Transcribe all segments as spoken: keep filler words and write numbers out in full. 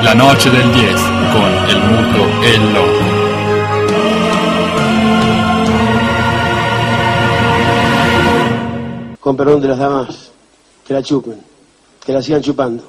La noche del diez con el muto e el loco. Con perdón de las damas, que la chupen, que la sigan chupando.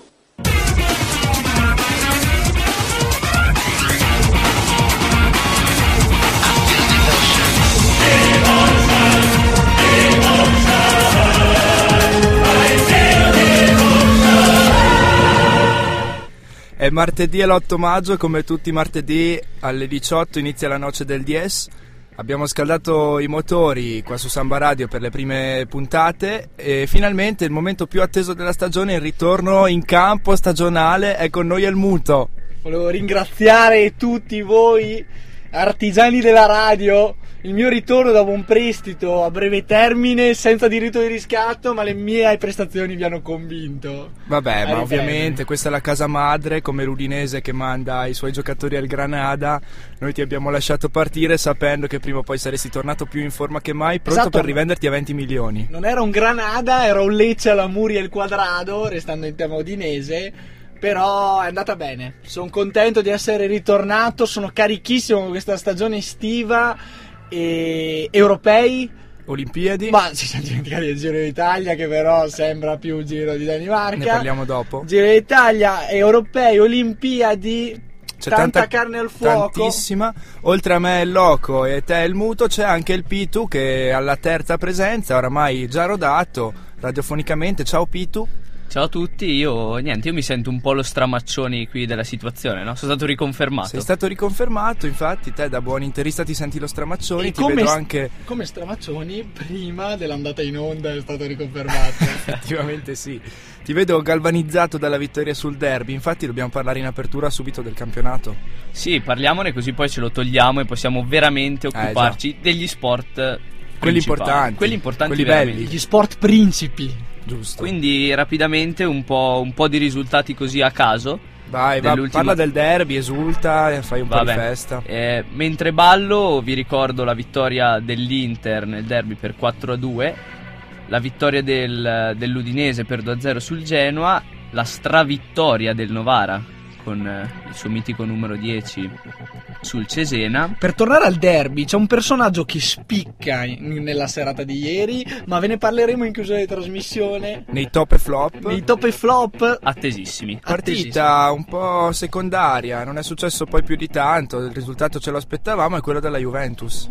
È martedì l'otto maggio, come tutti i martedì alle diciotto inizia la noce del diez. Abbiamo scaldato i motori qua su Samba Radio per le prime puntate e finalmente il momento più atteso della stagione, il ritorno in campo stagionale, è con noi il muto. Volevo ringraziare tutti voi artigiani della radio, il mio ritorno dopo un prestito a breve termine senza diritto di riscatto, ma le mie prestazioni vi hanno convinto. Vabbè, ma ovviamente questa è la casa madre, come l'Udinese che manda i suoi giocatori al Granada. Noi ti abbiamo lasciato partire sapendo che prima o poi saresti tornato più in forma che mai, pronto esatto, per rivenderti a venti milioni. Non era un Granada, era un Lecce alla Muriel Quadrado, restando in tema udinese. Però è andata bene, sono contento di essere ritornato, sono carichissimo con questa stagione estiva e europei, Olimpiadi. Ma si sono dimenticati del Giro d'Italia, che però sembra più un Giro di Danimarca. Ne parliamo dopo. Giro d'Italia, europei, Olimpiadi, c'è tanta, tanta carne al fuoco. Tantissima. Oltre a me il loco e te il muto c'è anche il Pitu che alla terza presenza, oramai già rodato radiofonicamente. Ciao Pitu. Ciao a tutti, io niente, io mi sento un po' lo stramaccioni qui della situazione, no? Sono stato riconfermato. Sei stato riconfermato, infatti te da buon interista ti senti lo stramaccioni, e ti come vedo st- anche come stramaccioni prima dell'andata in onda è stato riconfermato. Effettivamente sì. Ti vedo galvanizzato dalla vittoria sul derby, infatti dobbiamo parlare in apertura subito del campionato. Sì, parliamone così poi ce lo togliamo e possiamo veramente occuparci eh, degli sport quelli importanti, quelli importanti, quelli veramente. belli, gli sport principi. Giusto. Quindi rapidamente un po', un po' di risultati così a caso. Vai, va, parla del derby, esulta, fai un Vabbè. po' di festa. Eh, mentre ballo vi ricordo la vittoria dell'Inter nel derby per quattro a due, la vittoria del, dell'Udinese per due a zero sul Genoa, la stravittoria del Novara con eh, il suo mitico numero dieci sul Cesena. Per tornare al derby, c'è un personaggio che spicca in, nella serata di ieri, ma ve ne parleremo in chiusura di trasmissione. Nei top e flop. Nei top e flop. Attesissimi. Partita un po' secondaria, non è successo poi più di tanto, il risultato ce lo aspettavamo, è quello della Juventus.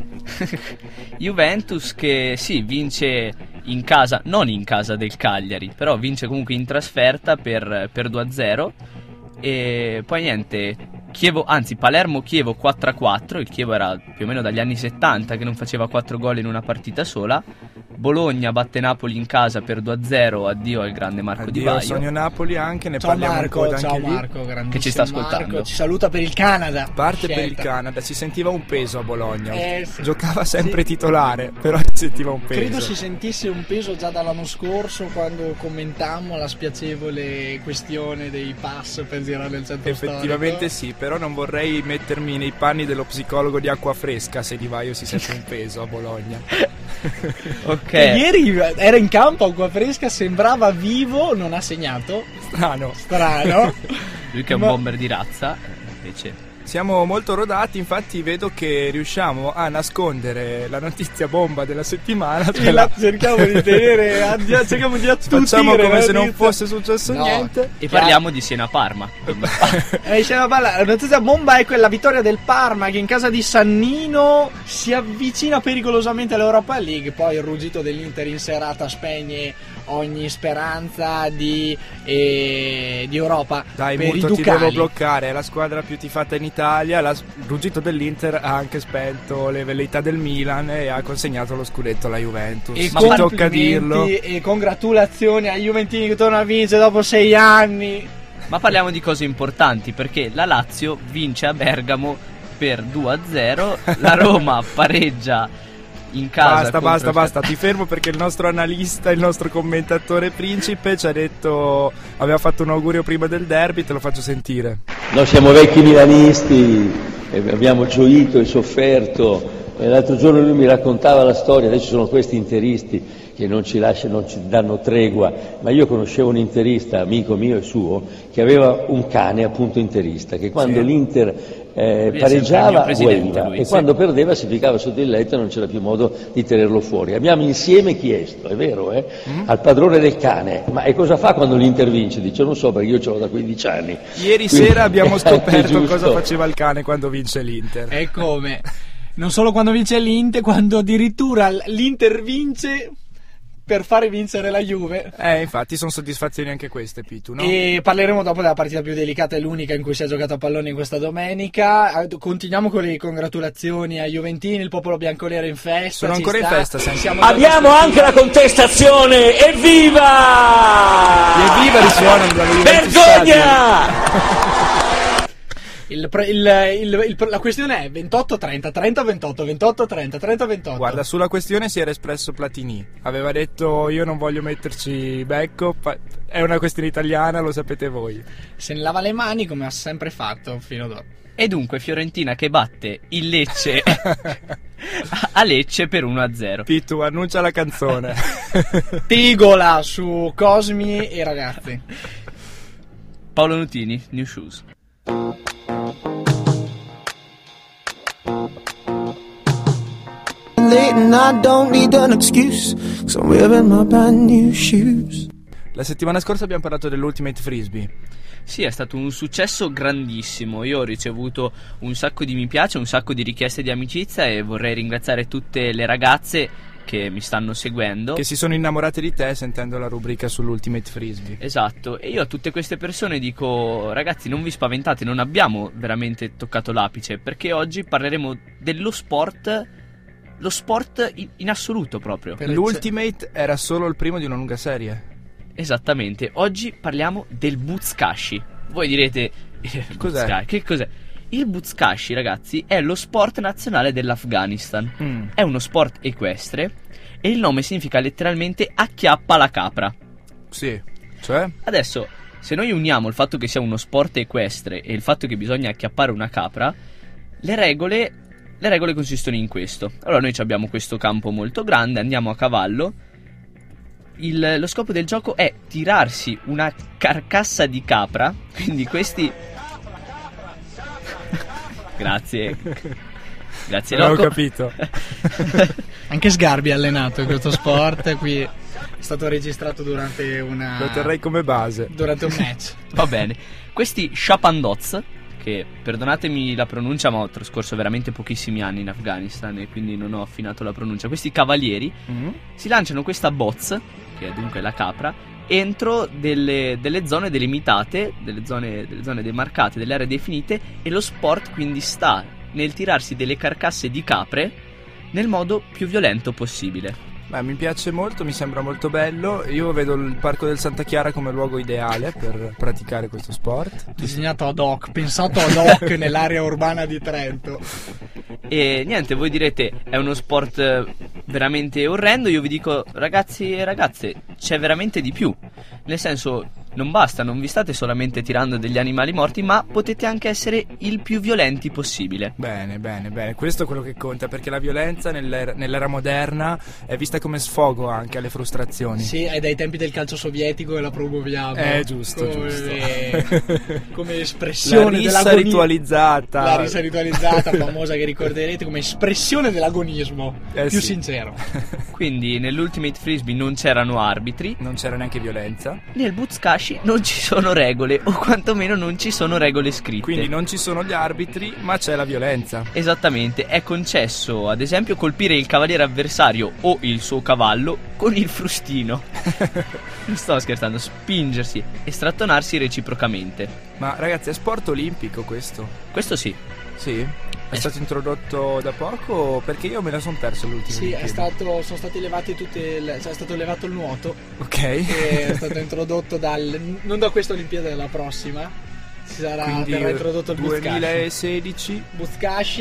Juventus che sì, vince in casa, non in casa del Cagliari, però vince comunque in trasferta per, per due a zero. E poi niente, Chievo, anzi Palermo-Chievo quattro a quattro, il Chievo era più o meno dagli anni settanta che non faceva quattro gol in una partita sola. Bologna batte Napoli in casa per due a zero, addio al grande Marco addio Di Baio. Sogno Napoli anche, ne ciao parliamo Marco, un po' ciao anche Marco, lì, che ci sta ascoltando. Marco, ci saluta per il Canada. Parte scelta. per il Canada, si sentiva un peso a Bologna, eh, sì. giocava sempre sì. titolare, però si sentiva un peso. Credo si sentisse un peso già dall'anno scorso quando commentammo la spiacevole questione dei pass per girare il centro effettivamente storico. Sì, però non vorrei mettermi nei panni dello psicologo di Acquafresca se Di Vaio si sente un peso a Bologna. Ok. Che ieri era in campo Acquafresca, sembrava vivo, non ha segnato. Strano. Strano. Lui che è un Ma... bomber di razza, invece. Siamo molto rodati, infatti vedo che riusciamo a nascondere la notizia bomba della settimana. Cioè la... cerchiamo di tenere, a, cerchiamo di attutire. Facciamo come se non notizia. fosse successo no. niente. E parliamo di Siena-Parma. eh, la notizia bomba è quella vittoria del Parma che in casa di Sannino si avvicina pericolosamente all'Europa League. Poi il ruggito dell'Inter in serata spegne ogni speranza di, eh, di Europa. Dai, per molto i ti devo bloccare, è la squadra più tifata in Italia. La, il ruggito dell'Inter ha anche spento le velleità del Milan e ha consegnato lo scudetto alla Juventus. E ma ci tocca dirlo. E congratulazioni ai Juventini che torna a vincere dopo sei anni. Ma parliamo di cose importanti, perché la Lazio vince a Bergamo per due a zero, la Roma pareggia in casa. Basta, basta, il... basta, ti fermo perché il nostro analista, il nostro commentatore principe ci ha detto, aveva fatto un augurio prima del derby, te lo faccio sentire. Noi siamo vecchi milanisti, abbiamo gioito e sofferto E l'altro giorno lui mi raccontava la storia, adesso sono questi interisti che non ci lasciano, non ci danno tregua, ma io conoscevo un interista, amico mio e suo, che aveva un cane appunto interista, che quando sì. l'Inter eh, pareggiava guaiva lui, e sì. quando perdeva si ficcava sotto il letto e non c'era più modo di tenerlo fuori. Abbiamo insieme chiesto, è vero, eh, mm. al padrone del cane, ma e cosa fa quando l'Inter vince? Dice non so perché io ce l'ho da quindici anni. Ieri Quindi, sera abbiamo scoperto giusto. cosa faceva il cane quando vince l'Inter. E come? Non solo quando vince l'Inter, quando addirittura l'Inter vince per fare vincere la Juve. Eh, infatti sono soddisfazioni anche queste, Pitu, no? E parleremo dopo della partita più delicata e l'unica in cui si è giocato a pallone in questa domenica. Continuiamo con le congratulazioni ai juventini, il popolo bianconero in festa. Sono ancora sta. in festa, senti. Siamo Abbiamo anche la contestazione, evviva! Gli evviva risuonano dalla Juventus Vergogna! Il, pre- il, il, il, la questione è ventotto trenta, trenta ventotto, ventotto trenta, trenta ventotto. Guarda, sulla questione si era espresso Platini. Aveva detto io non voglio metterci becco, pa- è una questione italiana, lo sapete voi. Se ne lava le mani come ha sempre fatto fino ad ora. E dunque Fiorentina che batte il Lecce a Lecce per uno a zero. Pitu, annuncia la canzone. Tigola su Cosmi e ragazzi. Paolo Nutini, New Shoes. And I don't need an excuse, 'cause I'm wearing my brand new shoes. La settimana scorsa abbiamo parlato dell'Ultimate Frisbee. Sì, è stato un successo grandissimo. Io ho ricevuto un sacco di mi piace, un sacco di richieste di amicizia e vorrei ringraziare tutte le ragazze che mi stanno seguendo, che si sono innamorate di te sentendo la rubrica sull'Ultimate Frisbee. Esatto, e io a tutte queste persone dico ragazzi non vi spaventate, non abbiamo veramente toccato l'apice, perché oggi parleremo dello sport, lo sport in, in assoluto proprio. L'Ultimate era solo il primo di una lunga serie. Esattamente, oggi parliamo del Buzkashi. Voi direte cos'è? Che cos'è? Il Buzkashi, ragazzi, è lo sport nazionale dell'Afghanistan. Mm. È uno sport equestre e il nome significa letteralmente acchiappa la capra. Sì, cioè? Adesso, se noi uniamo il fatto che sia uno sport equestre e il fatto che bisogna acchiappare una capra, le regole, le regole consistono in questo. Allora noi abbiamo questo campo molto grande, andiamo a cavallo. Il, lo scopo del gioco è tirarsi una carcassa di capra, quindi questi... Grazie. Grazie non Rocco. Ho capito. Anche Sgarbi è allenato in questo sport. Qui è stato registrato durante una. Lo terrei come base. Durante un match. Va bene. Questi Shapandoz, che perdonatemi la pronuncia, ma ho trascorso veramente pochissimi anni in Afghanistan e quindi non ho affinato la pronuncia. Questi cavalieri mm-hmm. si lanciano questa boz, che è dunque la capra, entro delle, delle zone delimitate, delle zone, delle zone demarcate, delle aree definite, e lo sport quindi sta nel tirarsi delle carcasse di capre nel modo più violento possibile. Beh, mi piace molto, mi sembra molto bello. Io vedo il Parco del Santa Chiara come luogo ideale per praticare questo sport. Disegnato ad hoc, pensato ad hoc nell'area urbana di Trento. E niente, voi direte è uno sport veramente orrendo. Io vi dico ragazzi e ragazze, c'è veramente di più. Nel senso, non basta, non vi state solamente tirando degli animali morti, ma potete anche essere il più violenti possibile. Bene, bene, bene, questo è quello che conta, perché la violenza nell'era, nell'era moderna è vista come sfogo anche alle frustrazioni. Sì, è dai tempi del calcio sovietico e la promuoviamo. Eh, giusto, come, giusto. Come espressione la rissa dell'agonismo. ritualizzata. La rissa ritualizzata, famosa, che ricorderete come espressione dell'agonismo eh, più sì. sincero. Quindi nell'Ultimate Frisbee non c'erano arbitri, non c'era neanche violenza. Nel Buzkashi non ci sono regole, o quantomeno non ci sono regole scritte. Quindi non ci sono gli arbitri, ma c'è la violenza. Esattamente, è concesso ad esempio colpire il cavaliere avversario o il suo cavallo con il frustino. Non sto scherzando, spingersi e strattonarsi reciprocamente. Ma ragazzi, è sport olimpico questo? Questo sì. Sì? È stato introdotto da poco? Perché io me la son perso l'ultimo. Sì, è stato, sono stati levati tutte le, cioè è stato levato il nuoto. Ok. Che è stato introdotto dal non da questa Olimpiade, dalla prossima. Ci sarà Quindi verrà introdotto il duemilasedici Buzkashi.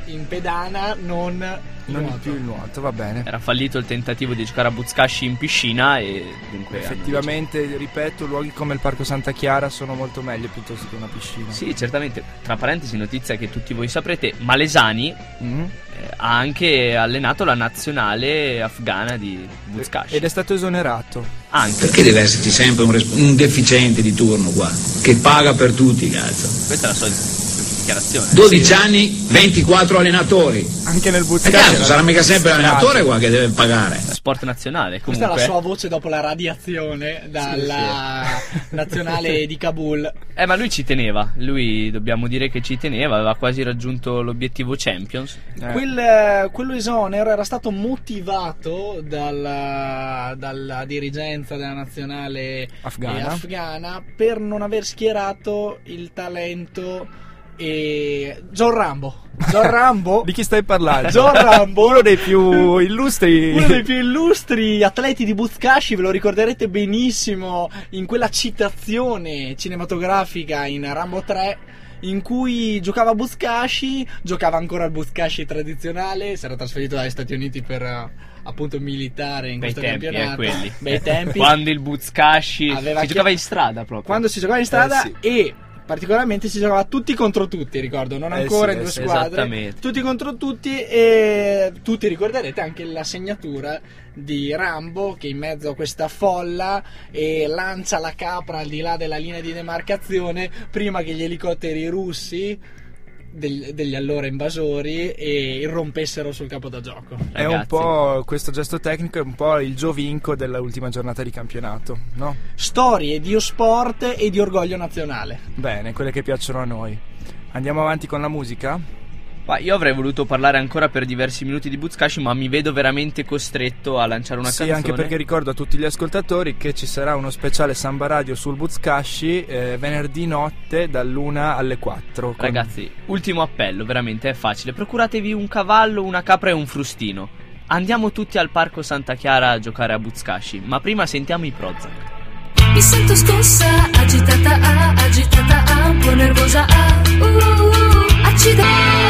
in pedana, non non nuoto. più il nuoto, va bene. Era fallito il tentativo di giocare a Buzkashi in piscina e dunque effettivamente, ripeto, luoghi come il Parco Santa Chiara sono molto meglio piuttosto che una piscina. Sì, certamente. Tra parentesi, notizia che tutti voi saprete, Malesani mm. eh, ha anche allenato la nazionale afghana di Buzkashi. Ed è stato esonerato. Anche. Perché deve esserci sempre un, res- un deficiente di turno qua, che paga per tutti, cazzo? Questa è la sua dichiarazione. dodici sì. anni, ventiquattro allenatori. Anche nel E Buzkashi. cazzo, sarà mica sempre l'allenatore qua che deve pagare. Sport nazionale, comunque. Questa è la sua voce dopo la radiazione dalla sì, sì. nazionale di Kabul. Eh, ma lui ci teneva. Lui, dobbiamo dire che ci teneva. Aveva quasi raggiunto l'obiettivo Champions. Eh. Quel, quello esonero era stato motivato dalla, dalla dirigenza della nazionale afghana. Eh, afghana per non aver schierato il talento e John Rambo. John Rambo. Di chi stai parlando? John Rambo, uno dei più illustri uno dei più illustri atleti di Buzkashi, ve lo ricorderete benissimo in quella citazione cinematografica in Rambo tre in cui giocava a Buzkashi, giocava ancora al Buzkashi tradizionale, si era trasferito dagli Stati Uniti per appunto militare in bei questo tempi, campionato. Eh, quelli. Bei tempi. Quando il Buzkashi Aveva si chi... giocava in strada proprio. Quando si giocava in strada eh, sì. e particolarmente si giocava tutti contro tutti, ricordo, non eh ancora sì, in due eh sì, squadre, tutti contro tutti, e tutti ricorderete anche la segnatura di Rambo che in mezzo a questa folla e lancia la capra al di là della linea di demarcazione prima che gli elicotteri russi degli, degli allora invasori e irrompessero sul campo da gioco. È Ragazzi. un po' questo gesto tecnico, è un po' il Giovinco dell'ultima giornata di campionato, no? Storie di sport e di orgoglio nazionale. Bene, quelle che piacciono a noi. Andiamo avanti con la musica? Ma io avrei voluto parlare ancora per diversi minuti di Buzkashi, ma mi vedo veramente costretto a lanciare una sì, canzone. Sì, anche perché ricordo a tutti gli ascoltatori che ci sarà uno speciale Samba Radio sul Buzkashi eh, venerdì notte dall'una alle quattro. Con... Ragazzi, ultimo appello, veramente è facile. Procuratevi un cavallo, una capra e un frustino. Andiamo tutti al Parco Santa Chiara a giocare a Buzkashi, ma prima sentiamo i Prozac. Mi sento scossa, agitata, ah, agitata, ah, un po' nervosa, ah, uh, uh, acida.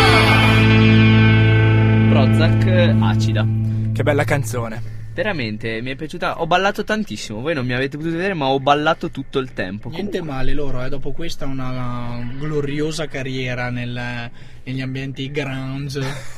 Prozac, acida. Che bella canzone. Veramente, mi è piaciuta, ho ballato tantissimo, voi non mi avete potuto vedere ma ho ballato tutto il tempo. Niente Comunque... male loro, eh, dopo questa una gloriosa carriera nel, negli ambienti grunge.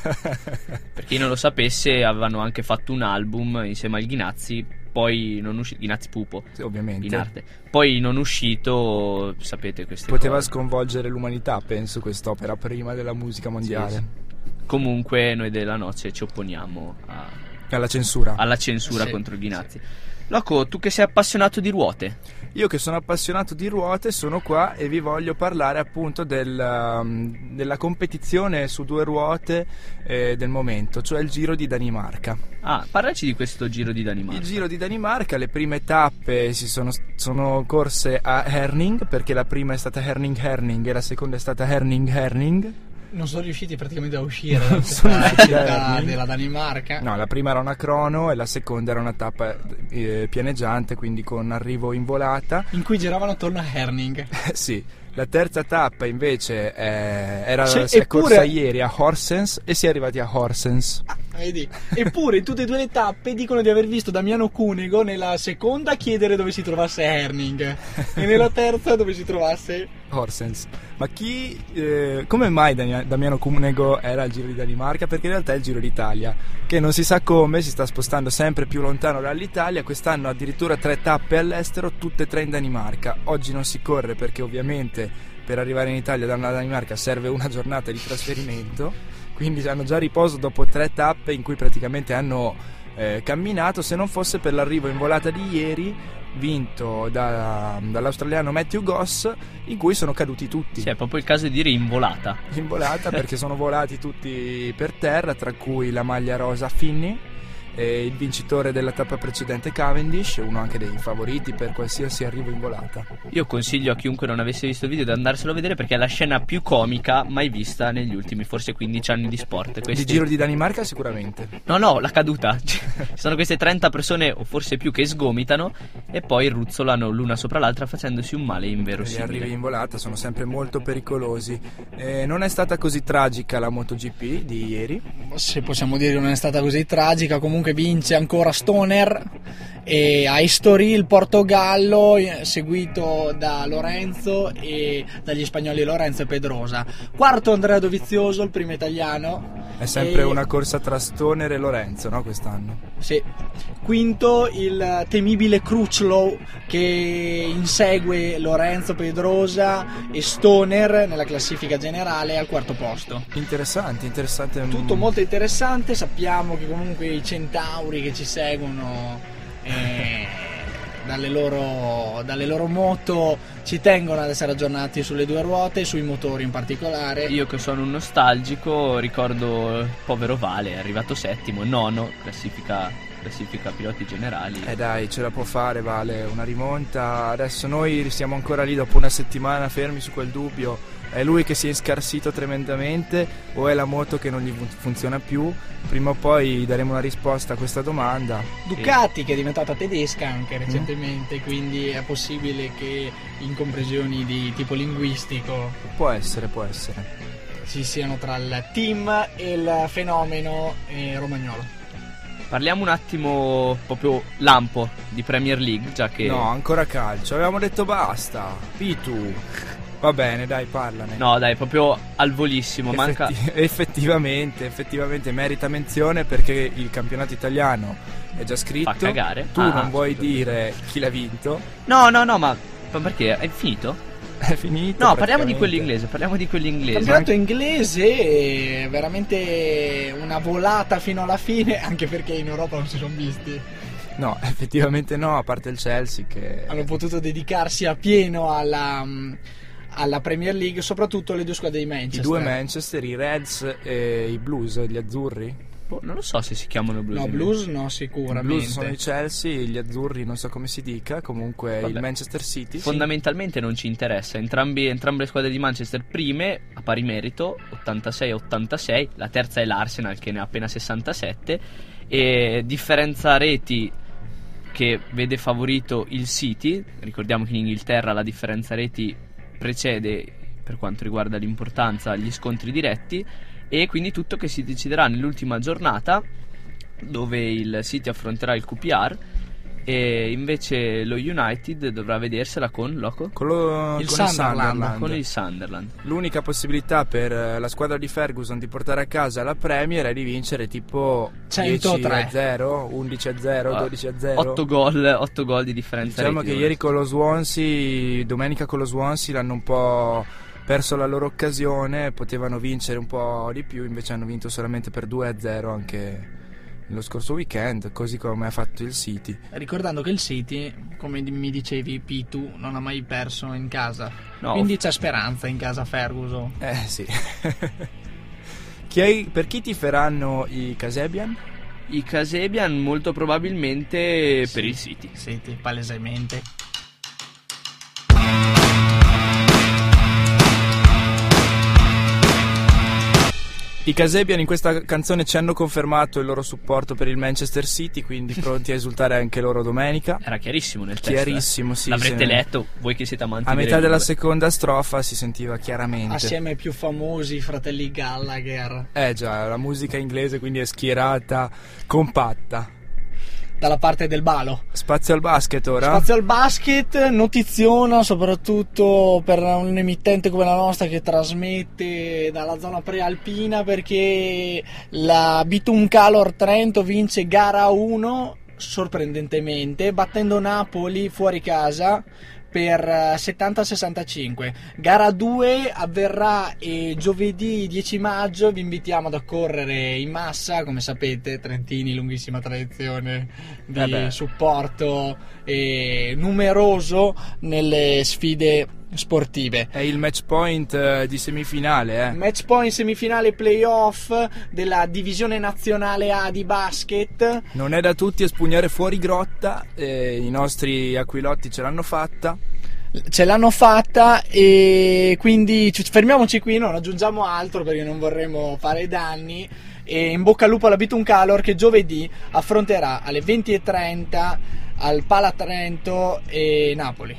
Per chi non lo sapesse avevano anche fatto un album insieme al Ghinazzi, poi non uscito, Ghinazzi Pupo, sì, ovviamente. In arte. Poi non uscito, sapete queste poteva cose. Sconvolgere l'umanità, penso, quest'opera prima della musica mondiale. Sì, sì. Comunque noi della Noce ci opponiamo a... alla censura. Alla censura sì, contro il Ghinazzi. sì. Loco, tu che sei appassionato di ruote. Io che sono appassionato di ruote sono qua e vi voglio parlare appunto del, um, della competizione su due ruote eh, del momento, cioè il Giro di Danimarca. Ah, parlaci di questo Giro di Danimarca. Il Giro di Danimarca, le prime tappe si sono, sono corse a Herning, perché la prima è stata Herning-Herning e la seconda è stata Herning-Herning. Non sono riusciti praticamente a uscire da questa città della Danimarca. No, la prima era una crono e la seconda era una tappa eh, pianeggiante, quindi con arrivo in volata. In cui giravano attorno a Herning. Sì. La terza tappa invece eh, era Cioè, si è eppure... corsa ieri a Horsens e si è arrivati a Horsens. Ah, vedi? Eppure in tutte e due le tappe dicono di aver visto Damiano Cunego nella seconda chiedere dove si trovasse Herning e nella terza dove si trovasse Horsens. Ma chi eh, come mai Damiano Cunego era al Giro di Danimarca? Perché in realtà è il Giro d'Italia, che non si sa come si sta spostando sempre più lontano dall'Italia. Quest'anno addirittura tre tappe all'estero, tutte e tre in Danimarca. Oggi non si corre perché ovviamente per arrivare in Italia dalla Danimarca serve una giornata di trasferimento, quindi hanno già riposo dopo tre tappe in cui praticamente hanno eh, camminato, se non fosse per l'arrivo in volata di ieri vinto da, dall'australiano Matthew Goss, in cui sono caduti tutti. Sì, è proprio il caso di dire in volata. In volata perché sono volati tutti per terra, tra cui la maglia rosa Finney e il vincitore della tappa precedente Cavendish, uno anche dei favoriti per qualsiasi arrivo in volata. Io consiglio a chiunque non avesse visto il video di andarselo a vedere, perché è la scena più comica mai vista negli ultimi forse quindici anni di sport. Questi... Di Giro di Danimarca sicuramente. No no, la caduta. Ci sono queste trenta persone o forse più che sgomitano e poi ruzzolano l'una sopra l'altra facendosi un male inverosimile. Gli arrivi in volata sono sempre molto pericolosi. Eh, non è stata così tragica la MotoGP di ieri. Se possiamo dire che non è stata così tragica, comunque vince ancora Stoner e a Estoril il Portogallo, seguito da Lorenzo e dagli spagnoli Lorenzo e Pedrosa. Quarto Andrea Dovizioso, il primo italiano. È sempre e... una corsa tra Stoner e Lorenzo, no, quest'anno? Sì. Quinto il temibile Crutchlow, che insegue Lorenzo, Pedrosa e Stoner nella classifica generale al quarto posto. Interessante, interessante. Tutto molto interessante. Sappiamo che comunque i centauri che ci seguono eh, dalle loro, dalle loro moto ci tengono ad essere aggiornati sulle due ruote, sui motori in particolare. Io che sono un nostalgico ricordo il povero Vale, è arrivato settimo, nono, classifica, classifica piloti generali. Eh dai, ce la può fare Vale, una rimonta. Adesso noi siamo ancora lì dopo una settimana fermi su quel dubbio. È lui che si è scarsito tremendamente o è la moto che non gli funziona più? Prima o poi daremo una risposta a questa domanda. Ducati, che è diventata tedesca anche recentemente, mm. quindi è possibile che incompresioni di tipo linguistico può essere, può essere ci siano tra il team e il fenomeno eh, romagnolo. Parliamo un attimo proprio lampo di Premier League, già che... No, ancora calcio, avevamo detto basta. Pitu. Va bene, dai, parlane. No, dai, proprio al volissimo. Effetti- manca... Effettivamente, effettivamente merita menzione, perché il campionato italiano è già scritto. Fa cagare. Tu ah, non vuoi sì. dire chi l'ha vinto. No, no, no, ma, ma perché? È finito? È finito. No, parliamo di quello inglese, parliamo di quello inglese. Il campionato inglese è veramente una volata fino alla fine, anche perché in Europa non si sono visti. No, effettivamente no, a parte il Chelsea che... hanno potuto dedicarsi a pieno alla... alla Premier League, soprattutto le due squadre di Manchester. I due Manchester, i Reds e i Blues, gli azzurri. Oh, non lo so se si chiamano Blues. No, Blues no, sicuramente. I Blues sono i Chelsea, gli azzurri non so come si dica, comunque Vabbè. il Manchester City. Fondamentalmente sì. Non ci interessa, entrambi, entrambe le squadre di Manchester prime, a pari merito, ottantasei ottantasei, la terza è l'Arsenal che ne ha appena sessantasette, e differenza reti che vede favorito il City. Ricordiamo che in Inghilterra la differenza reti precede, per quanto riguarda l'importanza, gli scontri diretti, e quindi tutto che si deciderà nell'ultima giornata, dove il City affronterà il Q P R e invece lo United dovrà vedersela con Loco? Con, lo, il, con Sunderland. il Sunderland. Con il Sunderland. L'unica possibilità per la squadra di Ferguson di portare a casa la Premier è di vincere tipo centotre dieci a zero, undici a zero, dodici a zero. otto gol, otto gol di differenza. Diciamo che ieri con lo Swansea, domenica con lo Swansea l'hanno un po' perso la loro occasione, potevano vincere un po' di più, invece hanno vinto solamente per due a zero anche lo scorso weekend, così come ha fatto il City. Ricordando che il City, come mi dicevi Pitu, non ha mai perso in casa, no. Quindi c'è speranza in casa Ferguson. Eh sì. chi è, per chi tiferanno i Kasabian? I Kasabian molto probabilmente sì. Per il City. City, palesemente. I Kasabian in questa canzone ci hanno confermato il loro supporto per il Manchester City, quindi pronti a esultare anche loro domenica. Era chiarissimo nel testo. Chiarissimo, sì. L'avrete se... letto, voi che siete amanti a delle metà della lingue. seconda strofa si sentiva chiaramente. Assieme ai più famosi fratelli Gallagher. Eh già, la musica inglese quindi è schierata, compatta. Dalla parte del balo. Spazio al basket ora. Spazio al basket, notiziona soprattutto per un emittente come la nostra che trasmette dalla zona prealpina, perché la Bitum Calor Trento vince gara uno sorprendentemente, battendo Napoli fuori casa per settanta a sessantacinque. Gara due avverrà eh, giovedì dieci maggio. Vi invitiamo ad accorrere in massa, come sapete Trentini, lunghissima tradizione di eh supporto eh, numeroso nelle sfide sportive. È il match point eh, di semifinale, eh. Match point semifinale playoff della divisione nazionale A di basket. Non è da tutti espugnare fuori grotta, eh, i nostri aquilotti ce l'hanno fatta. Ce l'hanno fatta e quindi ci fermiamoci qui, non aggiungiamo altro perché non vorremmo fare danni. E in bocca al lupo alla Bituncalor che giovedì affronterà alle venti e trenta al Pala Trento e Napoli.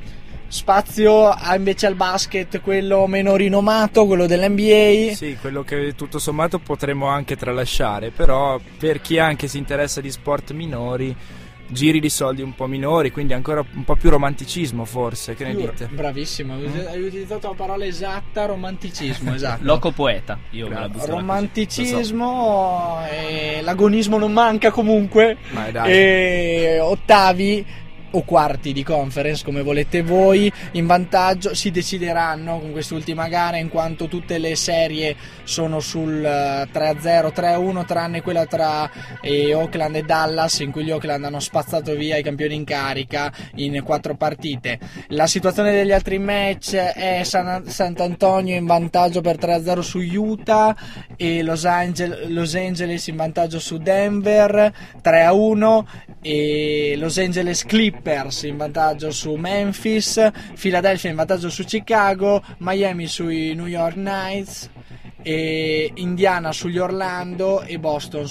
Spazio invece al basket, quello meno rinomato, quello dell'N B A. Sì, quello che tutto sommato potremmo anche tralasciare, però per chi anche si interessa di sport minori, giri di soldi un po' minori, quindi ancora un po' più romanticismo forse, che ne Più, dite? Bravissimo, mm. hai utilizzato la parola esatta, romanticismo, esatto. Loco poeta, io me la butto romanticismo, e l'agonismo non manca comunque. Ma dai. E ottavi o quarti di conference, come volete voi, in vantaggio si decideranno con quest'ultima gara, in quanto tutte le serie sono sul tre a zero, tre a uno, tranne quella tra eh, Oakland e Dallas, in cui gli Oakland hanno spazzato via i campioni in carica in quattro partite. La situazione degli altri match è San, Sant'Antonio in vantaggio per tre a zero su Utah e Los Angeles, Los Angeles in vantaggio su Denver tre a uno, e Los Angeles Clippers in vantaggio su Memphis, Philadelphia in vantaggio su Chicago, Miami sui New York Knights, e Indiana sugli Orlando e Boston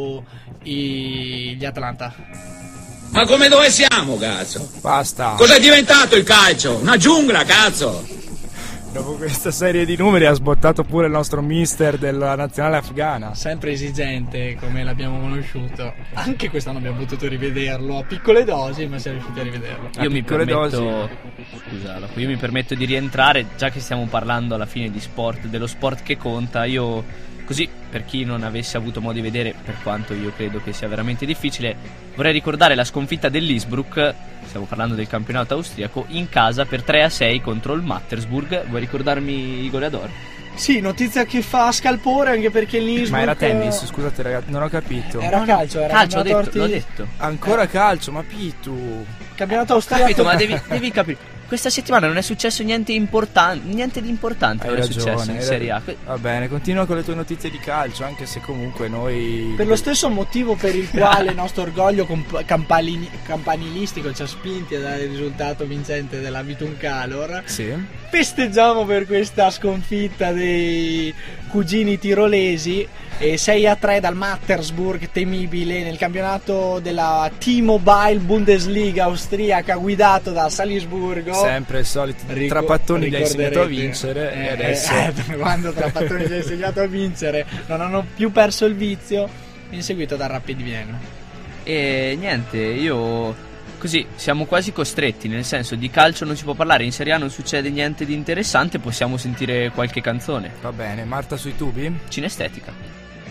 sugli Atlanta. Ma come dove siamo, cazzo? Basta. Cos'è diventato il calcio? Una giungla, cazzo! Dopo questa serie di numeri ha sbottato pure il nostro mister della nazionale afghana. Sempre esigente come l'abbiamo conosciuto. Anche quest'anno abbiamo potuto rivederlo a piccole dosi, ma siamo riusciti a rivederlo. Io a mi piccole permetto dosi. Scusa, io mi permetto di rientrare, già che stiamo parlando alla fine di sport, dello sport che conta. Io, così, per chi non avesse avuto modo di vedere, per quanto io credo che sia veramente difficile, vorrei ricordare la sconfitta dell'Innsbruck, stiamo parlando del campionato austriaco, in casa per tre a sei contro il Mattersburg. Vuoi ricordarmi i goleador? Sì, notizia che fa scalpore, anche perché l'Innsbruck... Ma era tennis, scusate ragazzi, non ho capito. Era calcio, era calcio, ho detto, orti... l'ho detto. Ancora eh. calcio, ma Pitu. Campionato Ho austriaco. capito, ma devi, devi capire. Questa settimana non è successo niente importante, niente di importante non è successo in Serie A. Va bene, continua con le tue notizie di calcio, anche se comunque noi... Per lo stesso motivo per il quale il nostro orgoglio comp- campalini- campanilistico ci ha spinti a dare il risultato vincente della Bituncalor, sì, festeggiamo per questa sconfitta dei cugini tirolesi, e sei a tre dal Mattersburg, temibile, nel campionato della T-Mobile Bundesliga austriaca guidato da Salisburgo. Sempre il solito Ric- Trapattoni gli ha insegnato a vincere, eh, e adesso eh, quando Trapattoni gli ha insegnato a vincere non hanno più perso il vizio, inseguito dal Rapid Vienna. E niente, io così siamo quasi costretti, nel senso, di calcio non si può parlare, in Serie A non succede niente di interessante, possiamo sentire qualche canzone. va bene. Marta sui tubi? Cinestetica.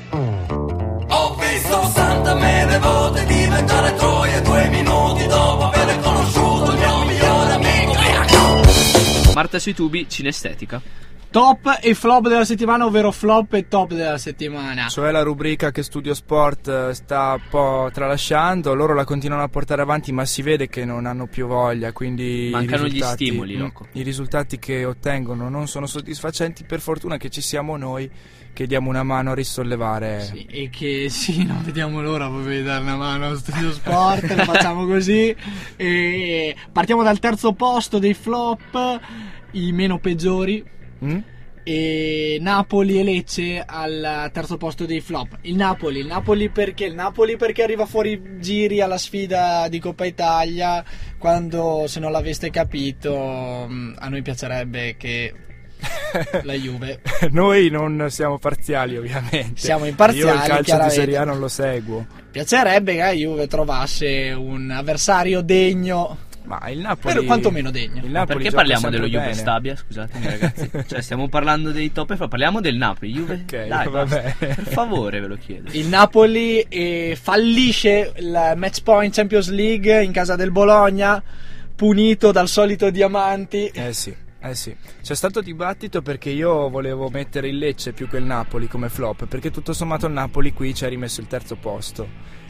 Ho visto Santa mille volte diventare troia due minuti dopo aver conosciuto il mio migliore amico. Marta sui tubi, cinestetica. Top e flop della settimana, ovvero flop e top della settimana. Cioè la rubrica che Studio Sport sta un po' tralasciando, loro la continuano a portare avanti, ma si vede che non hanno più voglia, quindi mancano i gli stimoli, loco. I risultati che ottengono non sono soddisfacenti. Per fortuna che ci siamo noi che diamo una mano a risollevare. Sì, e che sì, non vediamo l'ora proprio di dare una mano allo Studio Sport, lo facciamo così. E partiamo dal terzo posto dei flop, i meno peggiori. Mm? E Napoli e Lecce al terzo posto dei flop. Il Napoli, il Napoli perché? Il Napoli perché arriva fuori giri alla sfida di Coppa Italia, quando, se non l'aveste capito, a noi piacerebbe che la Juve noi non siamo parziali, ovviamente. Siamo imparziali. Io il calcio di Serie A non lo seguo. Piacerebbe che la Juve trovasse un avversario degno. Ma il Napoli, però quantomeno degno. Il Napoli perché parliamo dello Juve bene. Stabia? Scusatemi ragazzi. Cioè stiamo parlando dei top e fa, parliamo del Napoli. Juve, okay, dai, vabbè. Per favore, ve lo chiedo. Il Napoli eh, fallisce il match point Champions League in casa del Bologna, punito dal solito Diamanti. Eh sì. Eh sì, c'è stato dibattito perché io volevo mettere il Lecce più che il Napoli come flop, perché tutto sommato il Napoli qui ci ha rimesso il terzo posto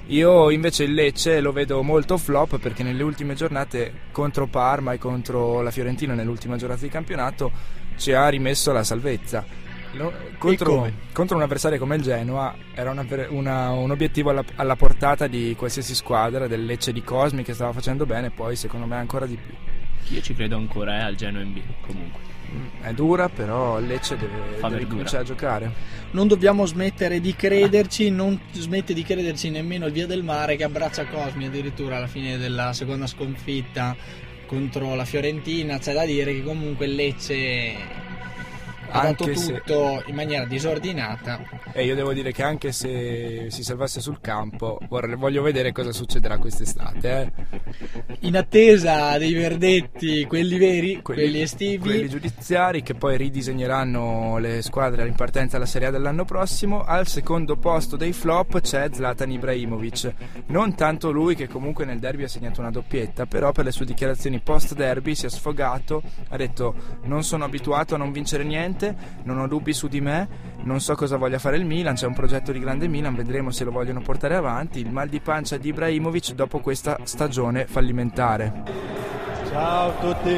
Io invece il Lecce lo vedo molto flop, perché nelle ultime giornate contro Parma e contro la Fiorentina nell'ultima giornata di campionato ci ha rimesso la salvezza. Lo, contro, contro un avversario come il Genoa era una, una, un obiettivo alla, alla portata di qualsiasi squadra, del Lecce di Cosmi che stava facendo bene, poi secondo me ancora di più. Io ci credo ancora eh, al Genoa in B comunque. È dura, però il Lecce deve, deve cominciare a giocare. Non dobbiamo smettere di crederci, non smette di crederci nemmeno il Via del Mare, che abbraccia Cosmi addirittura alla fine della seconda sconfitta contro la Fiorentina. C'è da dire che comunque il Lecce ha dato tutto se... in maniera disordinata. E io devo dire che anche se si salvasse sul campo, vorrei, voglio vedere cosa succederà quest'estate. Eh. In attesa dei verdetti, quelli veri, quelli, quelli estivi, quelli giudiziari, che poi ridisegneranno le squadre in partenza alla Serie A dell'anno prossimo. Al secondo posto dei flop c'è Zlatan Ibrahimovic. Non tanto lui, che comunque nel derby ha segnato una doppietta, però per le sue dichiarazioni post derby si è sfogato, ha detto: non sono abituato a non vincere niente, non ho dubbi su di me, non so cosa voglia fare il Milan, c'è un progetto di grande Milan, vedremo se lo vogliono portare avanti. Il mal di pancia di Ibrahimovic dopo questa stagione fallimentare. Ciao a tutti.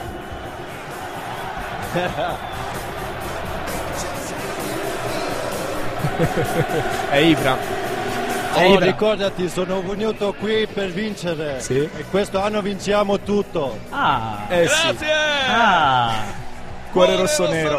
È Ibra. Oh, ricordati, sono venuto qui per vincere. Sì. E questo anno vinciamo tutto. Ah, eh grazie. Sì. Ah. Cuore rosso nero.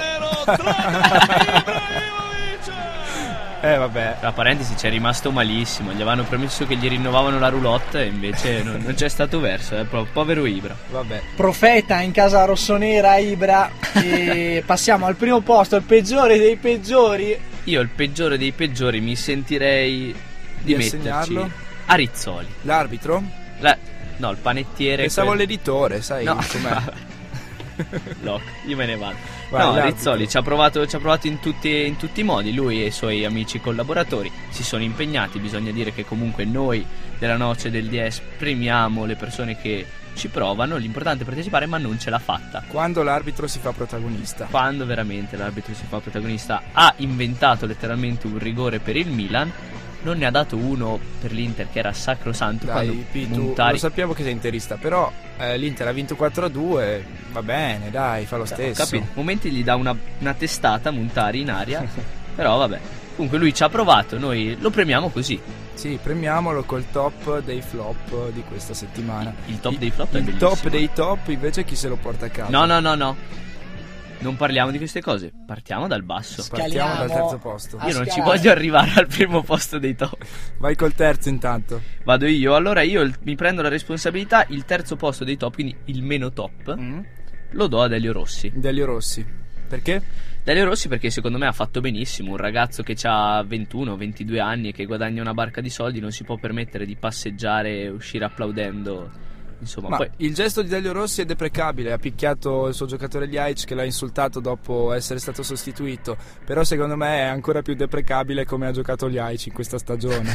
Eh vabbè. Tra parentesi, c'è rimasto malissimo. Gli avevano promesso che gli rinnovavano la roulotte e invece non, non c'è stato verso, eh. Povero Ibra. Vabbè. Profeta in casa rossonera Ibra. E passiamo al primo posto, il peggiore dei peggiori. Io il peggiore dei peggiori mi sentirei di, di metterci a Rizzoli. L'arbitro? La... No, il panettiere. Pensavo quel... l'editore, sai no. com'è. Loc, io me ne vado. Vai, no, l'arbitro. Rizzoli ci ha provato, ci ha provato in, tutti, in tutti i modi. Lui e i suoi amici collaboratori si sono impegnati. Bisogna dire che comunque noi della Noce del D S premiamo le persone che ci provano. L'importante è partecipare, ma non ce l'ha fatta. Quando l'arbitro si fa protagonista. Quando veramente l'arbitro si fa protagonista. Ha inventato letteralmente un rigore per il Milan. Non ne ha dato uno per l'Inter, che era sacrosanto. Dai, quando Pitu, Montari... lo sappiamo che sei interista, però eh, l'Inter ha vinto quattro a due, va bene, dai, fa lo stesso. Capito, momenti gli dà una, una testata Montari in aria. Però vabbè, comunque lui ci ha provato, noi lo premiamo così. Sì, premiamolo col top dei flop di questa settimana. Il top dei flop è il bellissimo. top dei top invece chi se lo porta a casa? No, no, no, no. Non parliamo di queste cose, partiamo dal basso. Partiamo dal terzo posto. Io non ci voglio arrivare al primo posto dei top. Vai col terzo intanto. Vado io. Allora io il, mi prendo la responsabilità. Il terzo posto dei top, quindi il meno top, mm. lo do ad Elio Rossi. Elio Rossi. Perché? Elio Rossi perché secondo me ha fatto benissimo. Un ragazzo che ha ventuno ventidue anni e che guadagna una barca di soldi non si può permettere di passeggiare e uscire applaudendo. Insomma, ma poi... il gesto di Elio Rossi è deprecabile. Ha picchiato il suo giocatore Ljajic, che l'ha insultato dopo essere stato sostituito. Però secondo me è ancora più deprecabile come ha giocato Ljajic in questa stagione.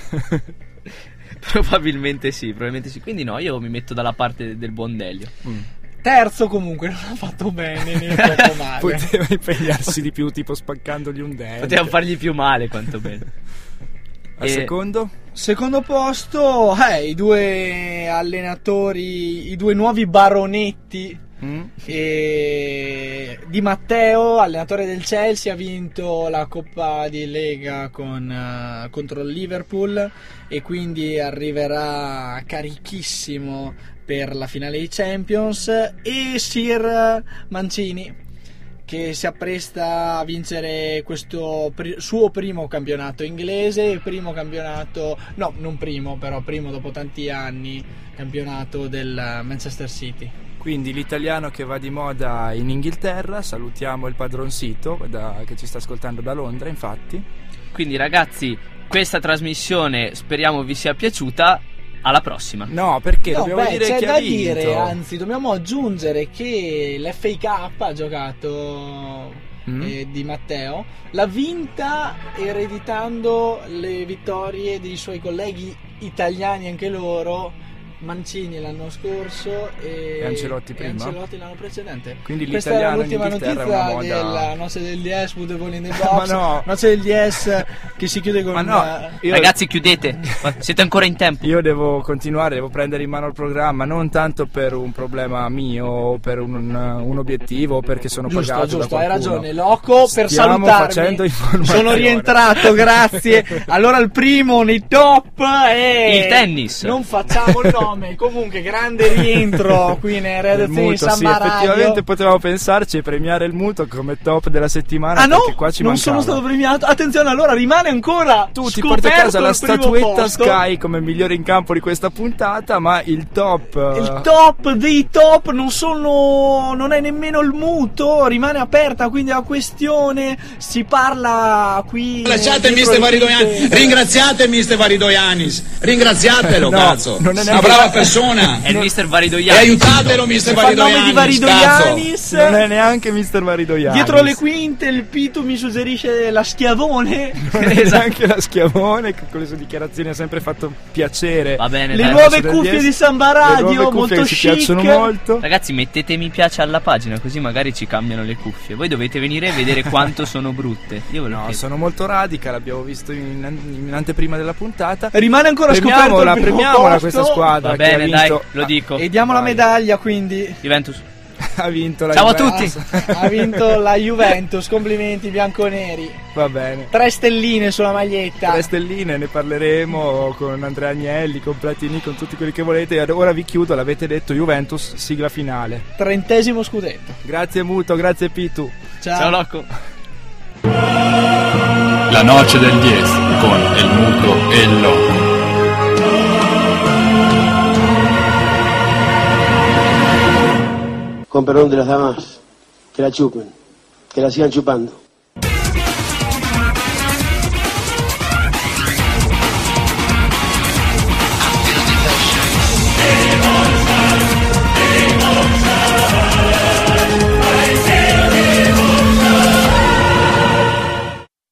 Probabilmente sì, probabilmente sì. Quindi no, io mi metto dalla parte del buon Delio. mm. Terzo comunque non ha fatto bene né troppo male. Poteva impegnarsi di più, tipo spaccandogli un dente. Poteva fargli più male quantomeno. Al e... secondo? Secondo posto, eh, i due allenatori, i due nuovi baronetti. Mm. E Di Matteo, allenatore del Chelsea, ha vinto la Coppa di Lega con, uh, contro il Liverpool e quindi arriverà carichissimo per la finale dei Champions. E Sir Mancini, che si appresta a vincere questo pr- suo primo campionato inglese, primo campionato, no, non primo, però primo dopo tanti anni, campionato del Manchester City. Quindi l'italiano che va di moda in Inghilterra. Salutiamo il padron Sito da, che ci sta ascoltando da Londra, infatti. Quindi ragazzi, questa trasmissione speriamo vi sia piaciuta. Alla prossima. No, perché no, dobbiamo beh, dire c'è chi da ha vinto. dire, anzi dobbiamo aggiungere che l'F A Cup ha giocato mm. eh, Di Matteo, l'ha vinta ereditando le vittorie dei suoi colleghi italiani, anche loro, Mancini l'anno scorso e, e Ancelotti prima. E Ancelotti l'anno precedente. Quindi questa l'italiano era l'ultima in Inghilterra notizia è una moda... della Noce del D S, Beautiful in the Box. Ma no. Noce del D S che si chiude con Ma no, una... io... Ragazzi, chiudete, siete ancora in tempo. Io devo continuare, devo prendere in mano il programma, non tanto per un problema mio o per un, un obiettivo, perché sono giusto, pagato giusto, da qualcuno. hai ragione, Loco, per Stiamo salutarmi. facendo informazione. Sono rientrato, grazie. Allora il primo nei top è il tennis. Non facciamo il nome. Comunque grande rientro qui nei redazioni di Samba sì, Radio. effettivamente potevamo pensarci e premiare il muto come top della settimana. Ah no, perché qua ci non mancava. sono stato premiato. Attenzione, allora rimane ancora tu ti porti a casa la statuetta posto. Sky come migliore in campo di questa puntata, ma il top il top dei top non sono non è nemmeno il muto, rimane aperta quindi la questione, si parla qui. Lasciate mister Varidoianis, ringraziate mister Varidoianis, ringraziatelo, no, cazzo, non è una brava persona. È il mister E Varidoianis. aiutatelo mister Varidoianis, Varidoianis. Non è neanche mister Varidoianis. Dietro le quinte il Pitu mi suggerisce la Schiavone. Non è neanche la Schiavone, che con le sue dichiarazioni ha sempre fatto piacere. Va bene, le dai. nuove cuffie di Samba Radio, molto ci chic. piacciono molto. Ragazzi, mettete mi piace alla pagina, così magari ci cambiano le cuffie. Voi dovete venire e vedere quanto sono brutte. Io ve lo No, chiedo. sono molto radical, l'abbiamo visto in, in anteprima della puntata. Rimane ancora scoperto Premiamola, il primo premiamola posto. questa squadra. Va che bene, ha dai, vinto, lo dico. E diamo la Vai. medaglia quindi. Juventus. ha vinto la Ciao a Juventus. tutti. Ha vinto la Juventus, complimenti bianconeri. Va bene. Tre stelline sulla maglietta. Tre stelline, ne parleremo con Andrea Agnelli, con Platini, con tutti quelli che volete. E ora vi chiudo, l'avete detto, Juventus, sigla finale. Trentesimo scudetto. Grazie Muto, grazie Pitu. Ciao. Ciao Locco. La noce del diez con el muto e il loco. Con perdón de las damas, que la chupen, que la sigan chupando.